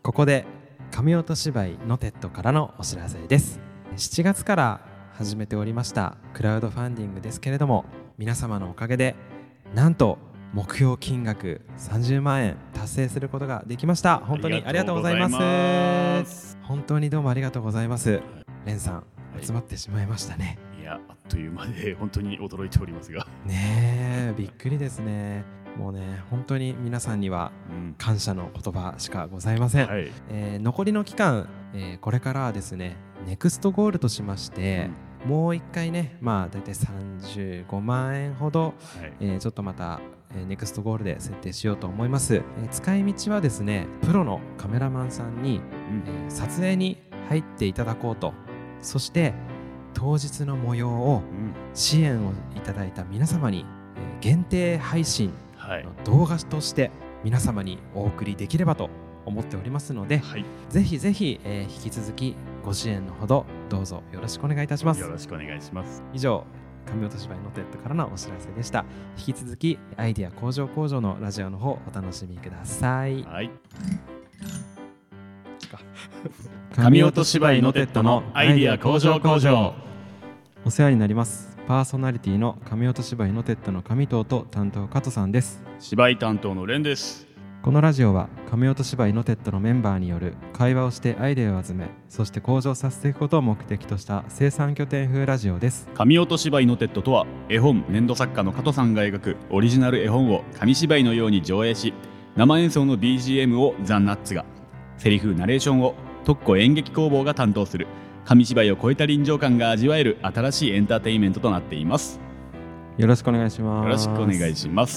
ここで神音芝居のテッドからのお知らせです。7月から始めておりましたクラウドファンディングですけれども、皆様のおかげでなんと目標金額30万円達成することができました。本当にありがとうございます。本当にどうもありがとうございます。レンさん、集まってしまいましたね。 いや、あっという間で本当に驚いておりますがねえ、びっくりですね。もうね、本当に皆さんには感謝の言葉しかございません、 はい。 残りの期間、これからはですね、ネクストゴールとしまして、もう一回ね、だいたい35万円ほど、ちょっとまたネクストゴールで設定しようと思います。使い道はですね、プロのカメラマンさんに、撮影に入っていただこうと。そして当日の模様を支援をいただいた皆様に、限定配信の動画として皆様にお送りできればと思っておりますので、ぜひぜひ、引き続きご支援のほどどうぞよろしくお願いいたします。 よろしくお願いします。 以上、神音芝居のテッドからのお知らせでした。引き続きアイデア工場工場のラジオの方お楽しみください。 神音芝居のテッドのアイデア工場工場。 お世話になります。パーソナリティの神音芝居のテッドの上藤と担当加藤さんです。 芝居担当のレンです。 このラジオは神音芝居のテッドのメンバーによる会話をしてアイデアを集め、そして向上させていくことを目的とした生産拠点風ラジオです。 神音芝居のテッドとは、絵本粘土作家の加藤さんが描くオリジナル絵本を紙芝居のように上映し、生演奏の BGM をザ・ナッツが、セリフナレーションを特攻演劇工房が担当する、紙芝居を超えた臨場感が味わえる新しいエンターテインメントとなっています。 よろしくお願いします。 よろしくお願いします。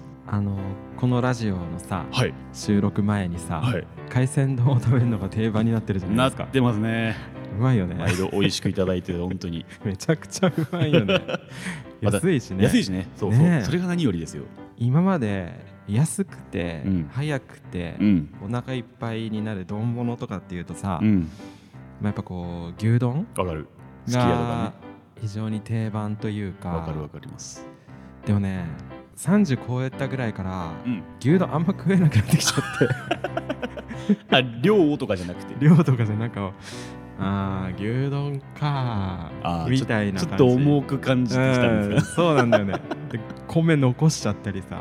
このラジオのさ、収録前にさ、海鮮丼を食べるのが定番になってるじゃないですか。 なってますね。 うまいよね。 毎度美味しくいただいて本当にめちゃくちゃうまいよね。安いしね。 安いしね。そうそう、それが何よりですよ。 今まで安くて、早くて、お腹いっぱいになる丼物とかっていうとさ、やっぱこう牛丼が非常に定番というか。 わかります。 でもね、30超えたぐらいから、牛丼あんま食えなくなってきちゃって量とかじゃなくて、 量とかじゃなんか、牛丼かみたいな感じ、 ちょっと重く感じてきたんですか。 そうなんだよね。で、米残しちゃったりさ、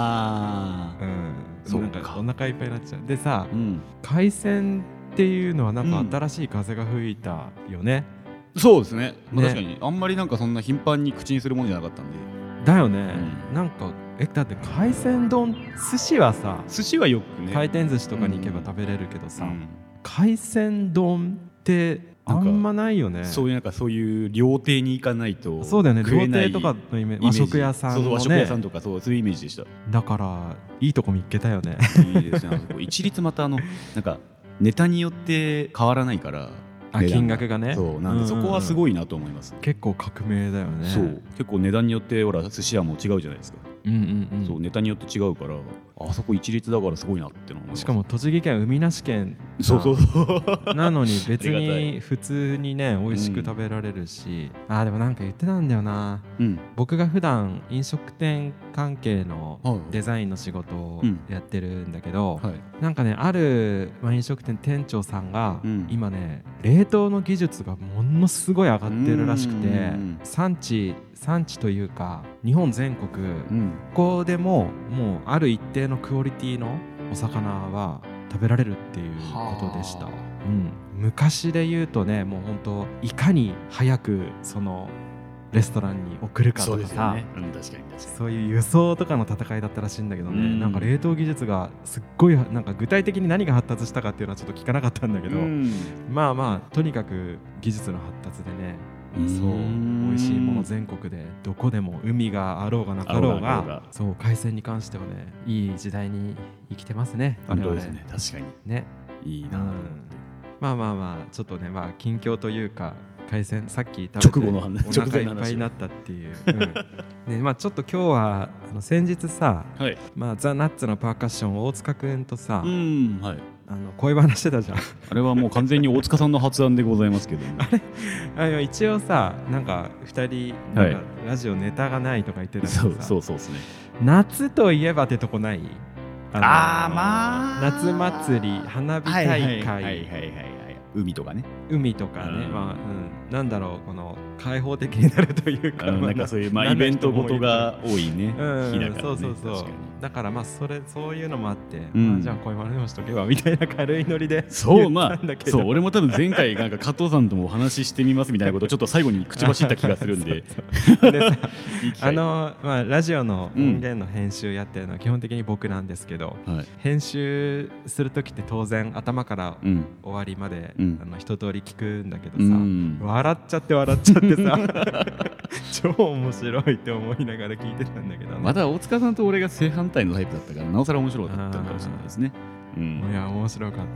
そうなんかお腹いっぱいになっちゃう。でさ、海鮮っていうのはなんか新しい風が吹いたよね。 そうですね。確かにあんまりなんかそんな頻繁に口にするものじゃなかったんで。 だよね。なんかだって海鮮丼、寿司はさ、 寿司はよくね、 回転寿司とかに行けば食べれるけどさ、海鮮丼ってあんまないよね。 そういう料亭に行かないと。 そうだよね。料亭とかのイメージ、和食屋さんのね。 和食屋さんとかそういうイメージでした。 だからいいとこ見っけたよね。 いいですね。一律またなんかネタによって変わらないから。 金額がね。 そうなんで、そこはすごいなと思います。 結構革命だよね。 そう、結構値段によってほら寿司屋も違うじゃないですか。そうネタによって違うから、あそこ一律だからすごいなっての思います。 しかも栃木県海なし県なのに別に普通にね美味しく食べられるし、でもなんか言ってたんだよな、僕が普段飲食店関係のデザインの仕事をやってるんだけど、なんかね、ある飲食店店長さんが今ね、冷凍の技術がものすごい上がってるらしくて、産地というか日本全国、ここでももうある一定のクオリティのお魚は食べられるっていうことでした。昔で言うとね、もう本当いかに早くそのレストランに送るかとかさ、そういう輸送とかの戦いだったらしいんだけどね、なんか冷凍技術がすっごい、なんか具体的に何が発達したかっていうのはちょっと聞かなかったんだけど、とにかく技術の発達でね、そう美味しいもの全国でどこでも海があろうがなかろうが、そう海鮮に関してはね、いい時代に生きてますね。 本当ですね。確かにね、いいな。 ちょっとね、近況というか、海鮮さっき食べてお腹いっぱいになったっていう、ちょっと今日は先日さ、ザ・ナッツのパーカッション大塚くんとさ、恋話してたじゃん。 あれはもう完全に大塚さんの発案でございますけど、 あれ一応さ、なんか2人なんかラジオネタがないとか言ってたけどさ、 そうですね。 夏といえばってとこない？ 夏祭り花火大会海とかね、 なんだろう、この開放的になるというか、 なんかそういうイベントごとが多いね、日だからね。 そうだからそういうのもあって、じゃあこういう丸でもしとけばみたいな軽いノリで言ったんだけど、 俺も多分前回なんか加藤さんともお話ししてみますみたいなことをちょっと最後に口走った気がするんでラジオの音源の編集やってるのは基本的に僕なんですけど、編集する時って当然頭から終わりまで一通り聞くんだけどさ、笑っちゃってさ超面白いって思いながら聞いてたんだけど、 また大塚さんと俺が正反対のタイプだったからなおさら面白かったかもしれないですね。 いや面白かった、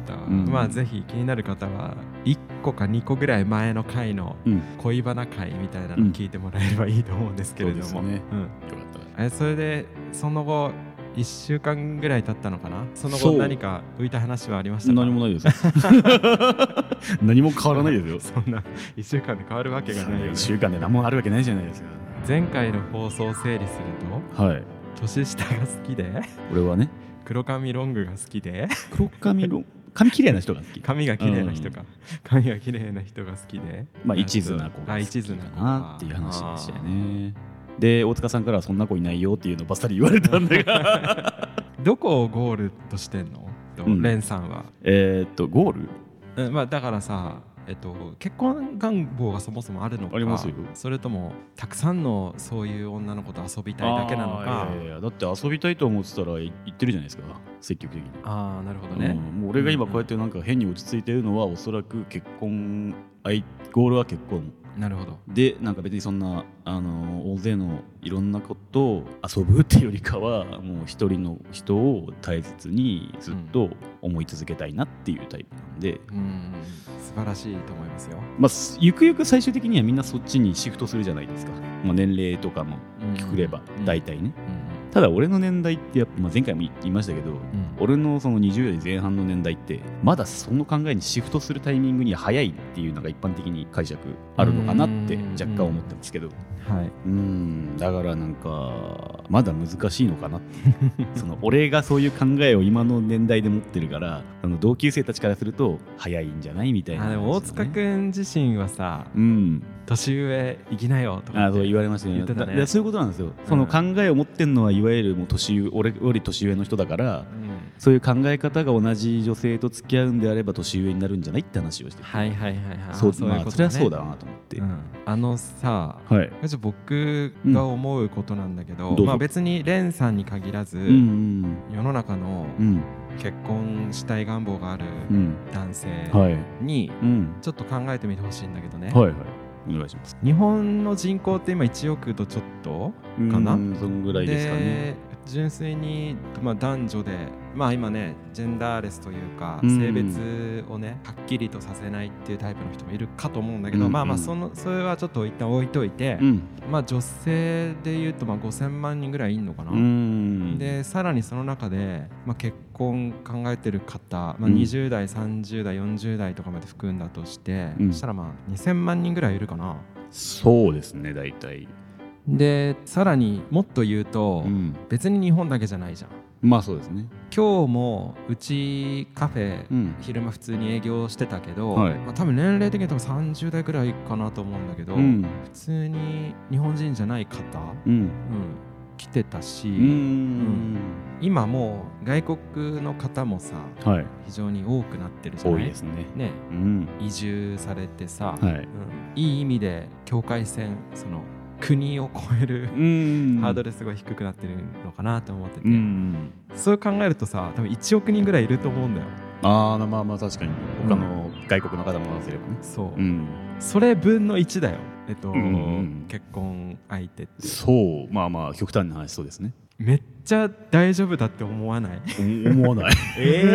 ぜひ気になる方は1個か2個ぐらい前の回の恋バナ回みたいなの聞いてもらえればいいと思うんですけれども、 よかった。 それでその後1週間ぐらい経ったのかな。その後何か浮いた話はありましたか？ 何もないです何も変わらないですよ。 そんな1週間で変わるわけがないよね。 1週間で何もあるわけないじゃないですか。 前回の放送を整理すると、年下が好きで、 俺はね黒髪ロングが好きで、 髪綺麗な人が好き。 髪が綺麗な人が好きで、 一途な子が好きかなっていう話でしたよね。で大塚さんからはそんな子いないよっていうのをバッサリ言われたんだがどこをゴールとしてんの、レンさんは。 ゴール、 だからさ、結婚願望がそもそもあるのか、 ありますよ。 それともたくさんのそういう女の子と遊びたいだけなのか。 だって遊びたいと思ってたら言ってるじゃないですか、積極的に。 なるほどね。 もう俺が今こうやってなんか変に落ち着いてるのはおそらく結婚、ゴールは結婚。 なるほど。 でなんか別にそんな大勢のいろんなことを遊ぶっていうよりかはもう一人の人を大切にずっと思い続けたいなっていうタイプなんで、 素晴らしいと思いますよ。 ゆくゆく最終的にはみんなそっちにシフトするじゃないですか、年齢とかもくれば大体ね。ただ俺の年代ってやっぱ、前回も言いましたけど、俺のその20代前半の年代ってまだその考えにシフトするタイミングに早いっていうのが一般的に解釈あるのかなって若干思ってますけど、だからなんかまだ難しいのかなってその俺がそういう考えを今の年代で持ってるから同級生たちからすると早いんじゃないみたいな、 でも大塚君自身はさ、年上行きなよとかそう言われましたね。そういうことなんですよ。その考えを持ってんのはいわゆるもう俺より年上の人だから、そういう考え方が同じ女性と付き合うんであれば年上になるんじゃないって話をしてて、それはそうだなと思って、 さ、僕が思うことなんだけど、別にレンさんに限らず、世の中の結婚したい願望がある男性にちょっと考えてみてほしいんだけどね。 お願いします。 日本の人口って今1億とちょっとかな。 そんぐらいですかね。 純粋に、男女で、今ねジェンダーレスというか、性別をねはっきりとさせないっていうタイプの人もいるかと思うんだけど、それはちょっと一旦置いといて、女性でいうと5000万人ぐらいいんのかな。でさらにその中で、結婚考えてる方、20代30代40代とかまで含んだとして、そしたら2000万人ぐらいいるかな。 そうですね、大体。 でさらにもっと言うと、別に日本だけじゃないじゃん。 そうですね。 今日もうちカフェ、昼間普通に営業してたけど、多分年齢的に多分30代ぐらいかなと思うんだけど、普通に日本人じゃない方、来てたし、今もう外国の方もさ、非常に多くなってるじゃない。 多いですね。 移住されてさ、いい意味で境界線、その国を超えるハードルすごい低くなってるのかなと思ってて、そう考えるとさ、多分1億人ぐらいいると思うんだよ。 確かに他の外国の方も合わせればね。 それ分の1だよ、結婚相手って。 極端な話、そうですね。 めっちゃ大丈夫だって思わない？ 思わない。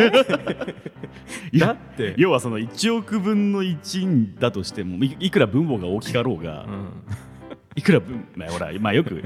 だって要はその1億分の1だとしても、いくら分母が大きかろうが、いくらよく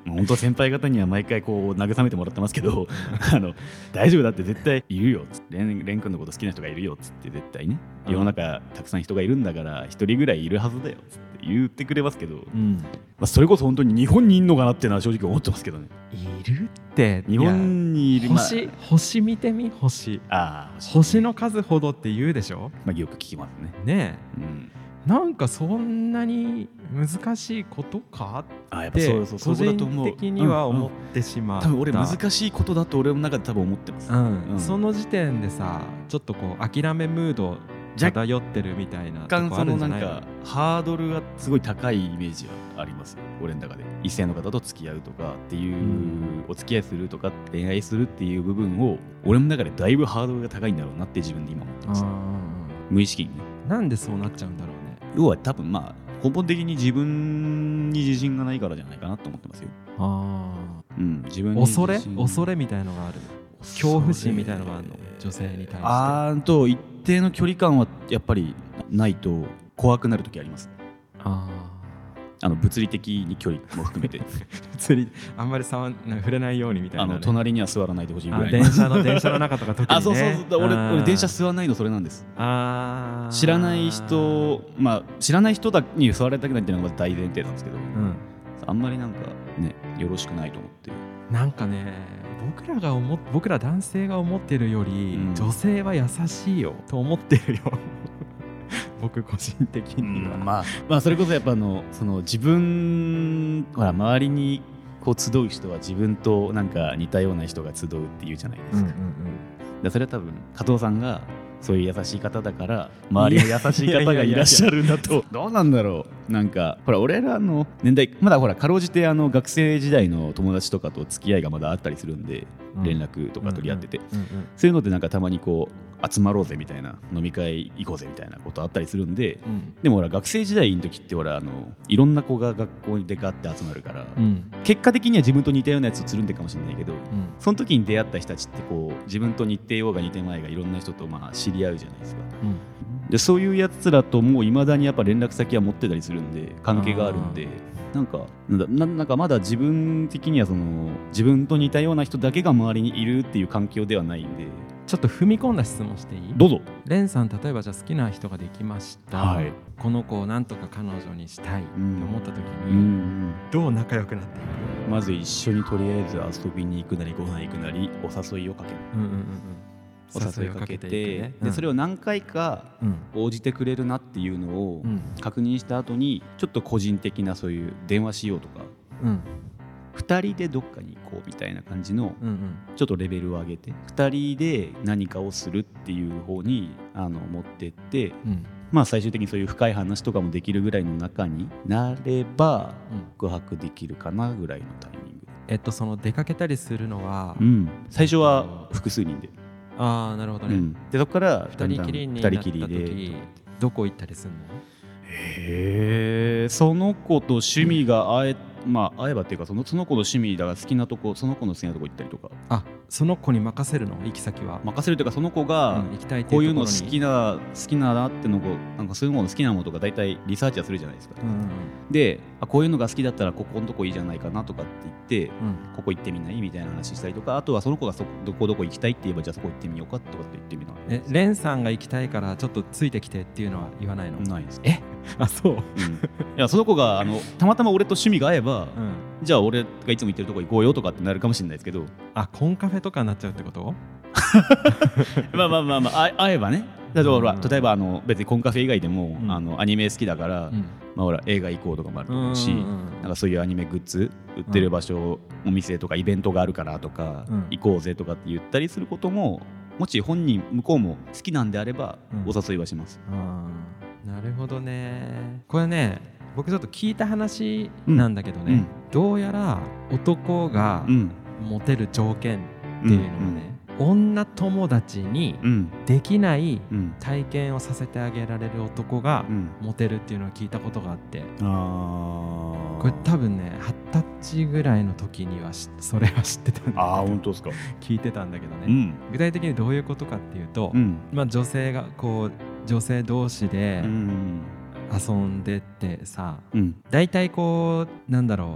本当先輩方には毎回こう慰めてもらってますけど大丈夫だって絶対いるよっつって、レン君のこと好きな人がいるよっつって絶対ね、世の中たくさん人がいるんだから一人ぐらいいるはずだよっつって言ってくれますけど、それこそ本当に日本にいんのかなっていうのは正直思ってますけどね。 いるって日本にいる、 星見てみ、星の数ほどって言うでしょ。 よく聞きますね。 ねえ、なんかそんなに難しいことかって個人的には思ってしまう。 多分俺難しいことだと俺の中で多分思ってます。 その時点でさ、ちょっとこう諦めムード漂ってるみたいなとこあるんじゃないの？ なんかハードルがすごい高いイメージはありますよ、俺の中で。異性の方と付き合うとかっていう、お付き合いするとか恋愛するっていう部分を俺の中でだいぶハードルが高いんだろうなって自分で今思ってます。無意識にね。なんでそうなっちゃうんだろうね。 要は多分根本的に自分に自信がないからじゃないかなと思ってますよ。自分に恐れみたいのがある。恐怖心みたいのがあるの、女性に対して。 一定の距離感はやっぱりないと怖くなる時あります。物理的に距離も含めてあんまり触れないようにみたいな、ね、 隣には座らないでほしいぐらい。 電車の中とか特にね。 俺電車座らないのそれなんです。知らない人、知らない人に座られたくないっていうのが大前提なんですけど、あんまりなんかねよろしくないと思ってる。 なんかね、僕ら男性が思ってるより、女性は優しいよと思ってるよ僕個人的には。それこそやっぱその自分周りにこう集う人は自分となんか似たような人が集うっていうじゃないですか。それは多分加藤さんがそういう優しい方だから周りの優しい方がいらっしゃるんだと。どうなんだろう。なんかほら俺らの年代まだほらかろうじて学生時代の友達とかと付き合いがまだあったりするんで、連絡とか取り合ってて、そういうのってなんかたまにこう集まろうぜみたいな、飲み会行こうぜみたいなことあったりするんで、でもほら学生時代の時ってほらいろんな子が学校でガッて集まるから、結果的には自分と似たようなやつをつるんでるかもしれないけど、その時に出会った人たちってこう自分と似てようが似てまいがいろんな人と知り合うじゃないですか。でそういうやつらともういまだにやっぱ連絡先は持ってたりするんで、関係があるんで、なんかまだ自分的には自分と似たような人だけが周りにいるっていう環境ではないんで。 ちょっと踏み込んだ質問していい？ どうぞ。 レンさん、例えばじゃあ好きな人ができました、この子をなんとか彼女にしたいと思った時に、どう仲良くなっていく？ まず一緒にとりあえず遊びに行くなりご飯行くなりお誘いをかける。お誘いをかけて、でそれを何回か応じてくれるなっていうのを確認した後に、ちょっと個人的なそういう電話しようとか、2人でどっかに行こうみたいな感じの、ちょっとレベルを上げて2人で何かをするっていう方に持ってって、最終的にそういう深い話とかもできるぐらいの仲になれば告白できるかなぐらいのタイミング。 その出かけたりするのは、 最初は複数人で。 なるほどね。 でそこから 2人きりになった時どこ行ったりするの？その子と趣味が合えばっていうか、その子の趣味だから好きなとこ、その子の好きなとこ行ったりとか。 その子に任せるの？行き先は任せるというか、その子がこういうの好きななってのなんかそういうもの好きなものとか大体リサーチはするじゃないですか。でこういうのが好きだったらここのとこいいじゃないかなとかって言って、ここ行ってみないみたいな話したりとか、あとはその子がどこ行きたいって言えばじゃあそこ行ってみようかとかって言ってみるの。 レンさんが行きたいからちょっとついてきてっていうのは言わないの？ ないです。 そう。 いやその子がたまたま俺と趣味が合えば、じゃあ俺がいつも行ってるとこ行こうよとかってなるかもしれないですけど。 コンカフェとかになっちゃうってこと？ 会えばね。例えば別にコンカフェ以外でも、アニメ好きだから、映画行こうとかもあると思うし、なんかそういうアニメグッズ売ってる場所、お店とかイベントがあるからとか、行こうぜとかって言ったりすることも、もし本人向こうも好きなんであれば、お誘いはします。 なるほどね。これね、僕ちょっと聞いた話なんだけどね、どうやら男がモテる条件っていうのはね、女友達にできない体験をさせてあげられる男がモテるっていうのを聞いたことがあって、これ多分ね20歳ぐらいの時にはそれは知ってたんだけど。 本当ですか？ 聞いてたんだけどね、具体的にどういうことかっていうと、女性が女性同士で遊んでってさ、大体こうなんだろう、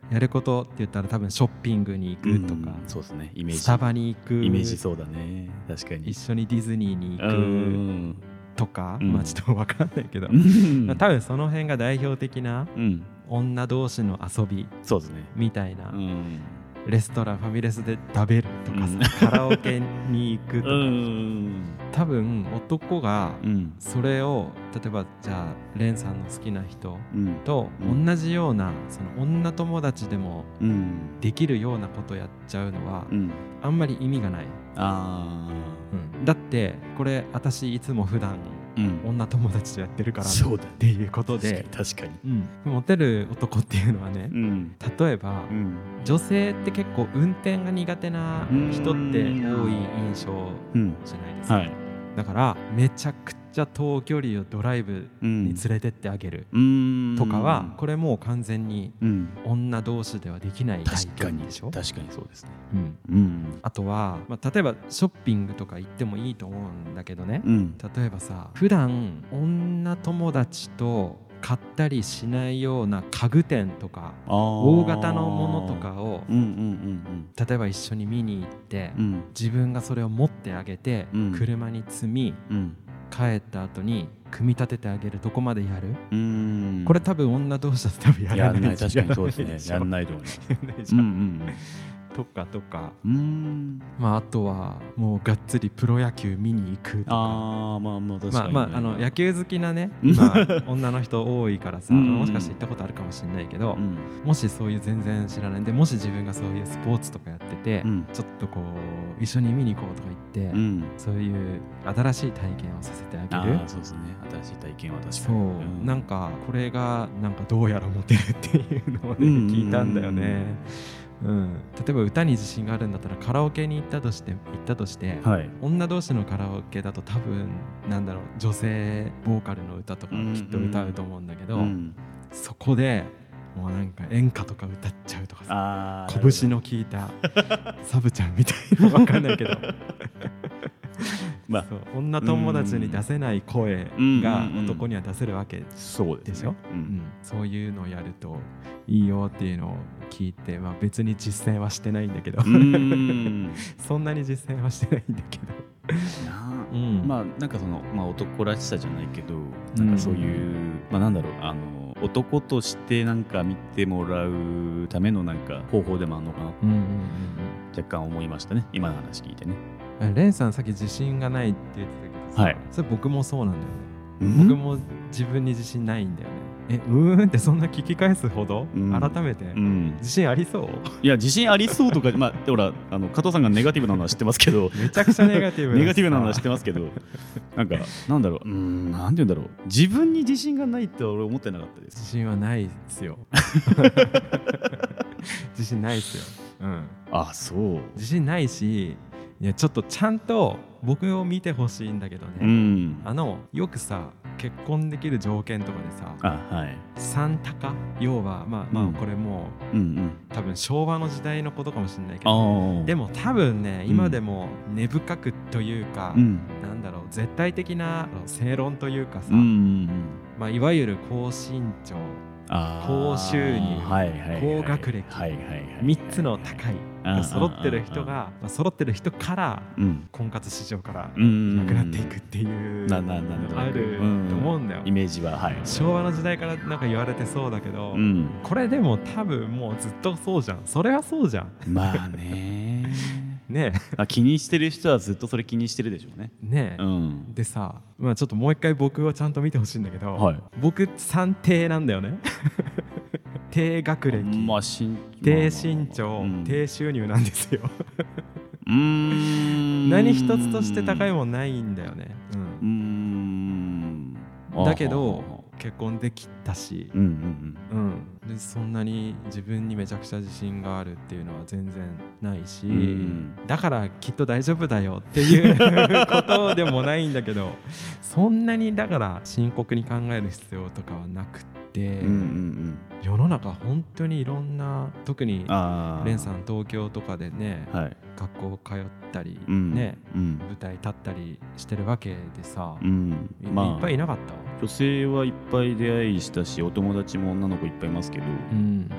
やることって言ったら多分ショッピングに行くとか、 そうですね、イメージ、 スタバに行く、 イメージそうだね、確かに一緒にディズニーに行くとか、まあちょっと分かんないけど多分その辺が代表的な女同士の遊びみたいな、レストランファミレスで食べるとかさ、カラオケに行くとか、多分男がそれを例えばじゃあレンさんの好きな人と同じようなその女友達でもできるようなことやっちゃうのはあんまり意味がない。だってこれ私いつも普段女友達とやってるからっていうことで、 確かに、 モテる男っていうのはね、例えば、女性って結構運転が苦手な人って多い印象じゃないですか、だからめちゃくちゃ遠距離をドライブに連れてってあげるとかは、これもう完全に女同士ではできない体験でしょ。 確かにそうですね、 あとは、例えばショッピングとか行ってもいいと思うんだけどね、例えばさ、普段女友達と買ったりしないような家具店とか大型のものとかを例えば一緒に見に行って、自分がそれを持ってあげて、車に積み、帰った後に組み立ててあげるとこまでやる、これ多分女同士だと多分やらない。 確かにそうですね、やらないと思います。 とかあとはもうがっつりプロ野球見に行くとか、 確かにね、 野球好きなね、女の人多いからさ、もしかして行ったことあるかもしれないけど、もしそういう全然知らないで、もし自分がそういうスポーツとかやってて、ちょっとこう一緒に見に行こうとか言って、そういう新しい体験をさせてあげる。 そうですね、新しい体験は確かにそう、なんかこれがなんかどうやらモテるっていうのをね、聞いたんだよね。例えば歌に自信があるんだったらカラオケに行ったとして、女同士のカラオケだと多分女性ボーカルの歌とかきっと歌うと思うんだけど、そこでもうなんか演歌とか歌っちゃうとかさ、拳の効いたサブちゃんみたいな、分かんないけど女友達に出せない声が男には出せるわけでしょ。そういうのをやるといいよっていうのを聞いて、別に実践はしてないんだけどそんなに実践はしてないんだけどなんかその、男らしさじゃないけど、なんかそういう、男としてなんか見てもらうためのなんか方法でもあるのかな、若干思いましたね、今の話聞いてね。 レンさんさっき自信がないって言ってたけどさ、それ僕もそうなんだよね。僕も自分に自信ないんだよね。ってそんな聞き返すほど、改めて、自信ありそう？ いや、自信ありそうとか、ほら加藤さんがネガティブなのは知ってますけどめちゃくちゃネガティブなのは知ってますけど、なんかなんだろう、なんて言うんだろう、自分に自信がないって俺思ってなかったです。 自信はないですよ自信ないですよ。 そう。 自信ないし、いやちょっとちゃんと僕を見てほしいんだけどね、よくさ、結婚できる条件とかでさ、3高、要はこれもう、多分昭和の時代のことかもしれないけど、でも多分ね、今でも根深くというか、絶対的な正論というかさ、いわゆる高身長、高収入、高学歴、3つの高い揃ってる人が揃ってる人から婚活市場からなくなっていくっていうのがあると思うんだよ。 イメージは、 昭和の時代からなんか言われてそうだけど、これでも多分もうずっとそうじゃん。それはそうじゃん。ねえ気にしてる人はずっとそれ気にしてるでしょうね。 でさ、ちょっともう一回僕をちゃんと見てほしいんだけど、僕3低なんだよね低学歴、低身長、低収入なんですよ何一つとして高いもんないんだよね。だけど結婚できたし、でそんなに自分にめちゃくちゃ自信があるっていうのは全然ないし、だからきっと大丈夫だよっていうことでもないんだけどそんなにだから深刻に考える必要とかはなくて、世の中本当にいろんな、特にレンさん東京とかでね、学校通ったりね、舞台立ったりしてるわけでさ、いっぱいいなかった？ 女性はいっぱい出会いしたし、お友達も女の子いっぱいいますけど、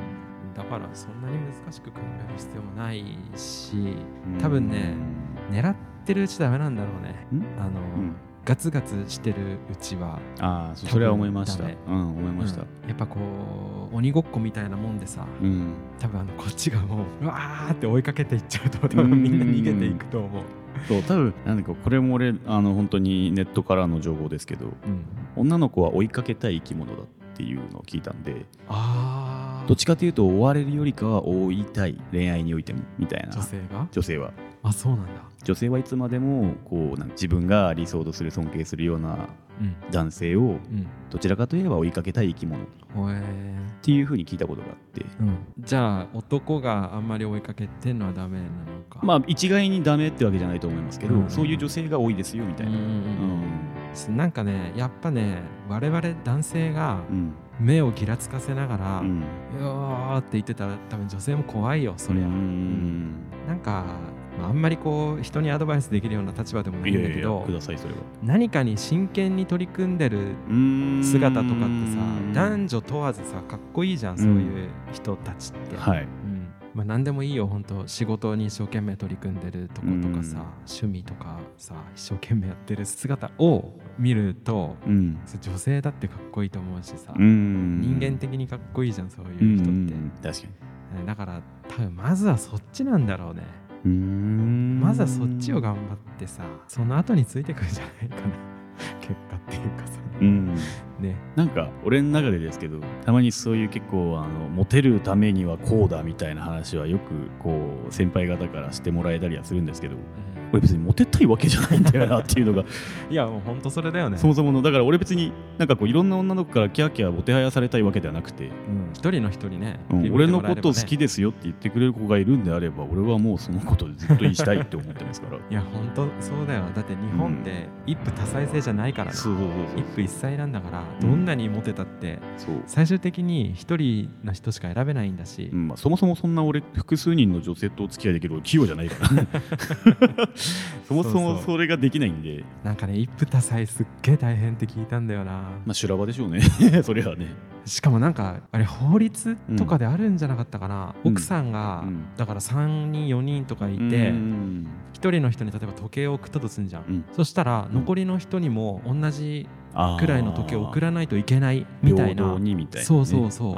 だからそんなに難しく考える必要もないし、多分ね、狙ってるうちダメなんだろうね。ガツガツしてるうちは。 それは思いました。思いました。 やっぱこう鬼ごっこみたいなもんでさ、多分こっちがもううわーって追いかけていっちゃうと多分みんな逃げていくと思う。 そう多分なんかこれも俺本当にネットからの情報ですけど、女の子は追いかけたい生き物だっていうのを聞いたんで、どっちかというと追われるよりかは追いたい、恋愛においてもみたいな。女性はそうなんだ。女性はいつまでもこうなんか自分が理想とする尊敬するような男性をどちらかといえば追いかけたい生き物っていう風に聞いたことがあって、 じゃあ男があんまり追いかけてんのはダメなのか。 一概にダメってわけじゃないと思いますけど、そういう女性が多いですよみたいな。 なんかね、やっぱね、我々男性が目をギラつかせながらよーって言ってたら多分女性も怖いよ、そりゃ。なんかあんまりこう人にアドバイスできるような立場でもないんだけど、何かに真剣に取り組んでる姿とかってさ、男女問わずさかっこいいじゃん、そういう人たちって。何でもいいよ、本当仕事に一生懸命取り組んでるとことかさ、趣味とかさ一生懸命やってる姿を見ると、女性だってかっこいいと思うしさ、人間的にかっこいいじゃん、そういう人って。 確かに。だから多分まずはそっちなんだろうね。まずはそっちを頑張ってさ、その後についてくるんじゃないかな結果っていうかさ、ね、 なんか俺の中でですけど、たまにそういう結構モテるためにはこうだみたいな話はよくこう先輩方からしてもらえたりはするんですけど、俺別にモテたいわけじゃないんだよなっていうのがいやもうほんとそれだよね。 そもそものだから俺別になんかこういろんな女の子からキャーキャーもてはやされたいわけではなくて、 一人の人にね、 俺のこと好きですよって言ってくれる子がいるんであれば、俺はもうそのことでずっといいしたいって思ってますからいやほんとそうだよ。だって日本って一夫多妻制じゃないからね。一夫一妻なんだから、どんなにモテたって最終的に一人の人しか選べないんだし、 そもそもそんな俺複数人の女性とお付き合いできる器用じゃないからそもそもそれができないんで、 なんかね、一夫多妻すっげえ大変って聞いたんだよな。 修羅場でしょうねそれはね。 しかもなんかあれ法律とかであるんじゃなかったかな、奥さんがだから3人4人とかいて、1人の人に例えば時計を送ったとするんじゃん、そしたら残りの人にも同じくらいの時計を送らないといけないみたいな。そうそうそう、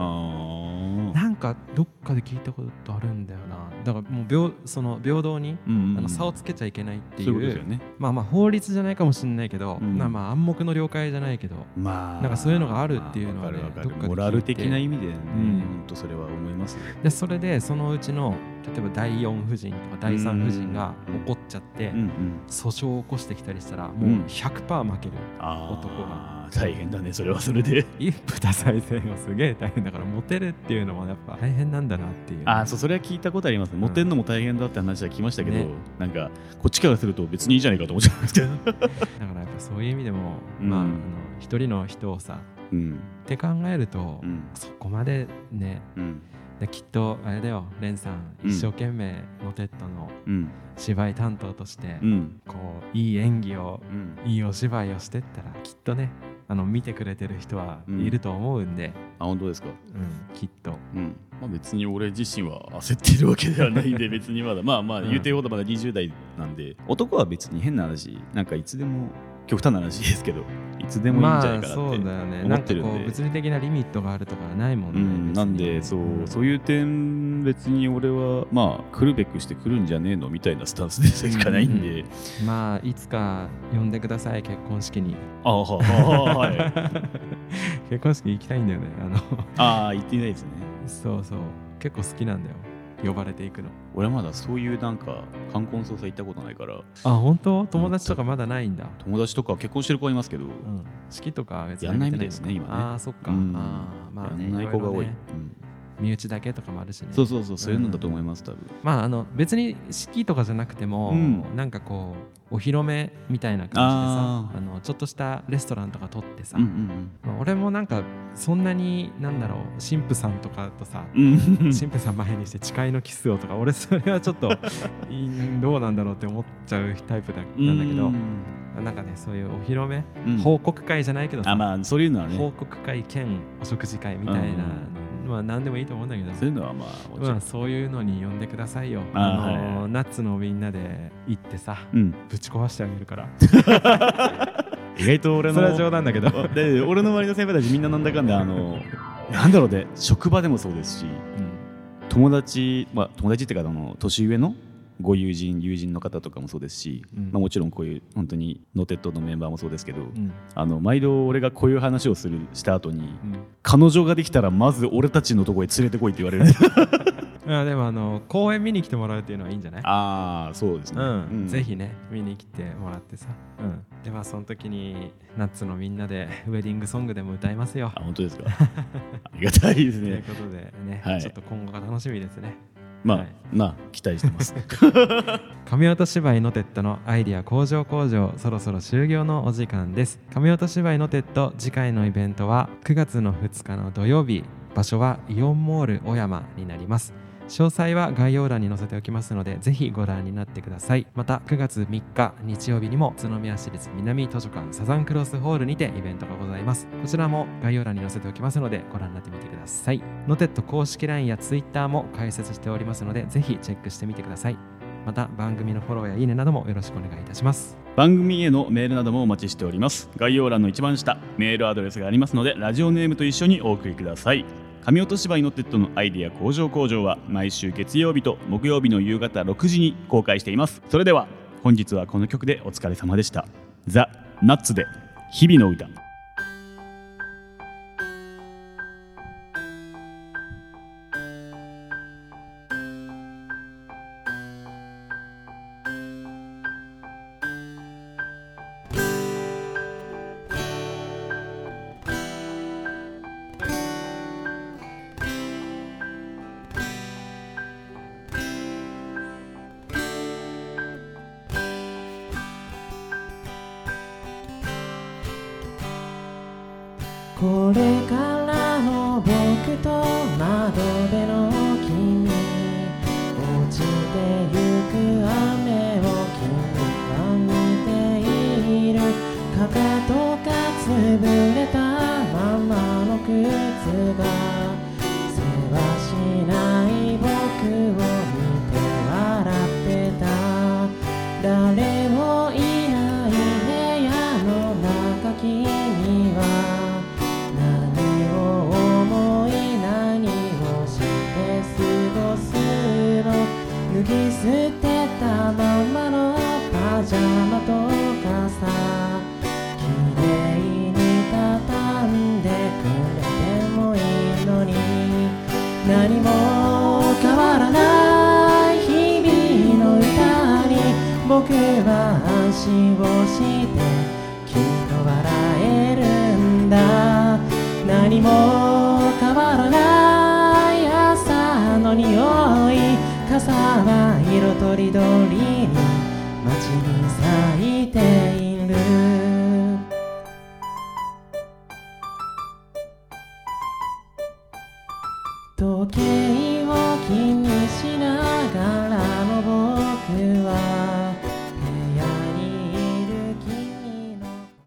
なんかどっかで聞いたことあるんだよな。だからもうその平等に差をつけちゃいけないっていう、まあ法律じゃないかもしれないけど、まあ暗黙の了解じゃないけど、なんかそういうのがあるっていうのはね、どっかで聞いて、 モラル的な意味でね、本当それは思いますね。 でそれでそのうちの例えば第4夫人とか第3夫人が怒っちゃって訴訟を起こしてきたりしたら、もう 100% 負ける男が。 大変だね、それはそれで。 一夫多妻制もすげえ大変だから、モテるっていうのもやっぱ大変なんだなっていう。 それは聞いたことあります。モテるのも大変だって話は聞きましたけど、なんかこっちからすると別にいいじゃないかと思っちゃうんですけどだからやっぱそういう意味でも、一人の人をさ、って考えると、そこまでね、できっとあれだよ、レンさん一生懸命モテットの芝居担当として、こういい演技を、いいお芝居をしてったら、きっとね見てくれてる人はいると思うんで。 本当ですか。 きっと。 別に俺自身は焦っているわけではないんで別にまだ言うてるほどまだ20代なんで、男は別に変な話、なんかいつでも極端な話ですけど、いつでもいいんじゃないかなって思ってるんで、 そうだよね。なんかこう物理的なリミットがあるとかはないもんね。 なんでそういう点、別に俺は来るべくして来るんじゃねえのみたいなスタンスでしかないんで、 いつか呼んでください、結婚式に。結婚式行きたいんだよね。 行ってないですね。 そうそう、結構好きなんだよ、呼ばれていくの。 俺はまだそういうなんか冠婚葬祭行ったことないから。 本当？友達とかまだないんだ。 友達とか結婚してる子はいますけど、 式とか別にやんないみたいですね今ね。 そっか。 やんない子が多い。 身内だけとかもあるしね。 そういうのだと思います、多分。 別に式とかじゃなくても、なんかこうお披露目みたいな感じでさ、ちょっとしたレストランとか撮ってさ、俺もなんかそんなに神父さんとかとさ、神父さん前にして誓いのキスをとか、俺それはちょっとどうなんだろうって思っちゃうタイプなんだけど、なんかね、そういうお披露目、報告会じゃないけどさ、 そういうのはね、 報告会兼お食事会みたいなのまあ何でもいいと思うんだけど、 そういうのはまあそういうのに呼んでくださいよ。ナッツのみんなで行ってさ、ぶち壊してあげるから意外と俺のそれは冗談だけどで俺の周りの先輩たちみんななんだかんだなんだろうね、職場でもそうですし、友達っていうか年上のご友人の方とかもそうですし、もちろんこういう本当にノテッドのメンバーもそうですけど、毎度俺がこういう話をした後に、彼女ができたらまず俺たちのとこへ連れてこいって言われるでも公演見に来てもらうっていうのはいいんじゃない？ ああ、そうですね、 ぜひね見に来てもらってさ、でその時にナッツのみんなでウェディングソングでも歌いますよ。 本当ですかありがたいですね。 ということでね、ちょっと今後が楽しみですね。 期待してます神音芝居のテッドのアイディア工場、そろそろ終了のお時間です。神音芝居のテッド、次回のイベントは9月の2日の土曜日、場所はイオンモール小山になります。詳細は概要欄に載せておきますので、ぜひご覧になってください。また9月3日日曜日にも宇都宮市立南図書館サザンクロスホールにてイベントがございます。こちらも概要欄に載せておきますのでご覧になってみてください。ノテッド公式 LINE や Twitter も開設しておりますので、ぜひチェックしてみてください。また番組のフォローやいいねなどもよろしくお願いいたします。 番組へのメールなどもお待ちしております。概要欄の一番下、メールアドレスがありますので、ラジオネームと一緒にお送りください。神音芝居のテッドのアイディア工場は毎週月曜日と木曜日の夕方6時に公開しています。それでは本日はこの曲でお疲れ様でした。ザ・ナッツで日々の歌。 これからの僕と窓辺の君、落ちてゆく雨を君は見ている。かかとが潰れたままの靴がせわしない僕を見て笑ってた。誰もいない部屋の中、君は脱ぎ捨てたままのパジャマと傘、きれいに畳んでくれてもいいのに、何も変わらない日々の歌に僕は安心をしてきっと笑えるんだ。何も変わらない朝の匂い、傘は色とりどりに街に咲いている。時計